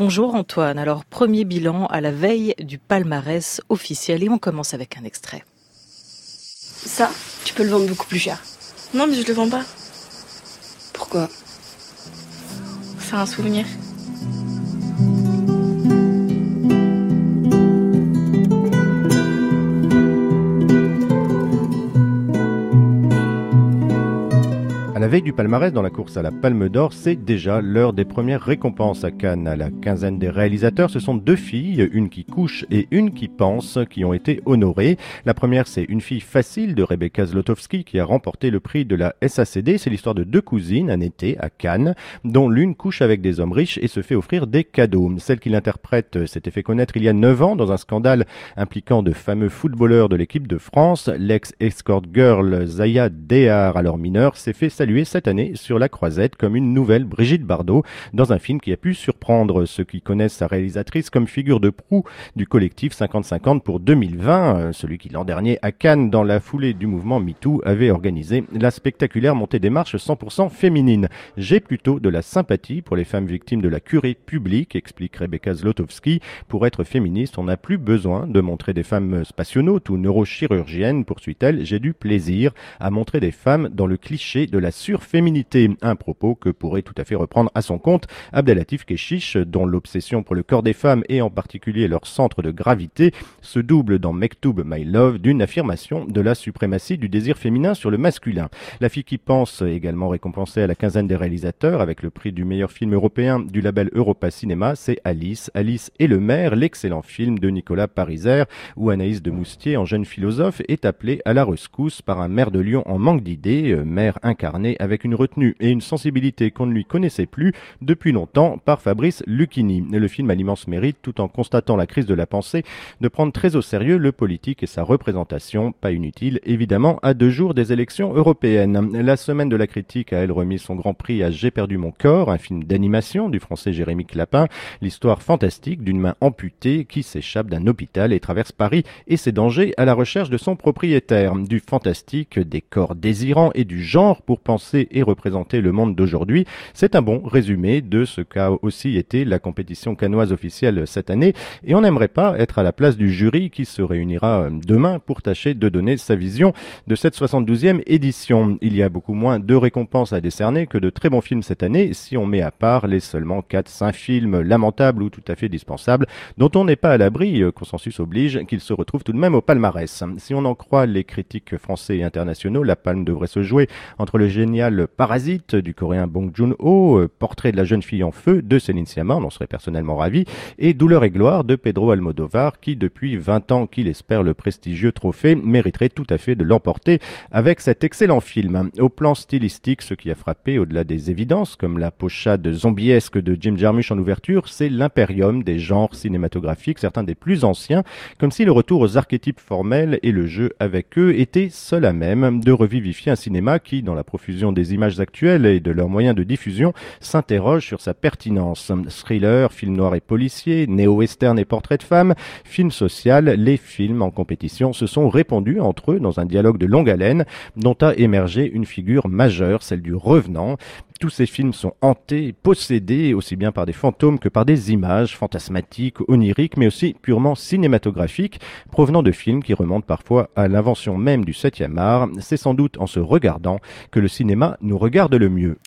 Bonjour Antoine, alors premier bilan à la veille du palmarès officiel et on commence avec un extrait. Ça, tu peux le vendre beaucoup plus cher. Non mais je le vends pas. Pourquoi ? C'est un souvenir. À la veille du palmarès dans la course à la Palme d'Or, c'est déjà l'heure des premières récompenses à Cannes. À la quinzaine des réalisateurs, ce sont 2 filles, une qui couche et une qui pense, qui ont été honorées. La première, c'est Une fille facile de Rebecca Zlotowski qui a remporté le prix de la SACD. C'est l'histoire de 2 cousines, un été à Cannes, dont l'une couche avec des hommes riches et se fait offrir des cadeaux. Celle qui l'interprète s'était fait connaître il y a 9 ans dans un scandale impliquant de fameux footballeurs de l'équipe de France. L'ex-escort girl Zaya Dehar, alors mineure, s'est fait saluer cette année sur la Croisette comme une nouvelle Brigitte Bardot dans un film qui a pu surprendre ceux qui connaissent sa réalisatrice comme figure de proue du collectif 50-50 pour 2020, celui qui l'an dernier à Cannes dans la foulée du mouvement MeToo avait organisé la spectaculaire montée des marches 100% féminine. J'ai plutôt de la sympathie pour les femmes victimes de la curée publique, explique Rebecca Zlotowski. Pour être féministe, on n'a plus besoin de montrer des femmes spationautes ou neurochirurgiennes, poursuit-elle. J'ai du plaisir à montrer des femmes dans le cliché de la surféminité, un propos que pourrait tout à fait reprendre à son compte Abdelatif Kechiche, dont l'obsession pour le corps des femmes et en particulier leur centre de gravité se double dans Mektoub My Love d'une affirmation de la suprématie du désir féminin sur le masculin. La fille qui pense, également récompensée à la quinzaine des réalisateurs avec le prix du meilleur film européen du label Europa Cinéma, c'est Alice et le maire, l'excellent film de Nicolas Pariser où Anaïs de Moustier, en jeune philosophe, est appelée à la rescousse par un maire de Lyon en manque d'idées, maire incarné avec une retenue et une sensibilité qu'on ne lui connaissait plus depuis longtemps par Fabrice Lucchini. Le film a l'immense mérite, tout en constatant la crise de la pensée, de prendre très au sérieux le politique et sa représentation, pas inutile évidemment à 2 jours des élections européennes. La semaine de la critique a elle remis son grand prix à J'ai perdu mon corps, un film d'animation du français Jérémy Clapin, l'histoire fantastique d'une main amputée qui s'échappe d'un hôpital et traverse Paris et ses dangers à la recherche de son propriétaire. Du fantastique, des corps désirants et du genre pour penser et représenter le monde d'aujourd'hui. C'est un bon résumé de ce qu'a aussi été la compétition cannoise officielle cette année et on n'aimerait pas être à la place du jury qui se réunira demain pour tâcher de donner sa vision de cette 72e édition. Il y a beaucoup moins de récompenses à décerner que de très bons films cette année si on met à part les seulement 4-5 films lamentables ou tout à fait dispensables dont on n'est pas à l'abri, consensus oblige, qu'ils se retrouvent tout de même au palmarès. Si on en croit les critiques français et internationaux, la palme devrait se jouer entre le génial Parasite du coréen Bong Joon-ho, Portrait de la jeune fille en feu de Céline Sciamma, on en serait personnellement ravi, et Douleur et gloire de Pedro Almodovar qui depuis 20 ans qu'il espère le prestigieux trophée mériterait tout à fait de l'emporter avec cet excellent film. Au plan stylistique, ce qui a frappé au-delà des évidences comme la pochade zombiesque de Jim Jarmusch en ouverture, c'est l'impérium des genres cinématographiques, certains des plus anciens, comme si le retour aux archétypes formels et le jeu avec eux était seul à même de revivifier un cinéma qui, dans la profusion des images actuelles et de leurs moyens de diffusion, s'interroge sur sa pertinence. Thriller, film noir et policier, néo-western et portrait de femme, film social, les films en compétition se sont répandus entre eux dans un dialogue de longue haleine dont a émergé une figure majeure, celle du revenant. Tous ces films sont hantés, possédés aussi bien par des fantômes que par des images fantasmatiques, oniriques, mais aussi purement cinématographiques, provenant de films qui remontent parfois à l'invention même du 7e art. C'est sans doute en se regardant que le cinéma nous regarde le mieux.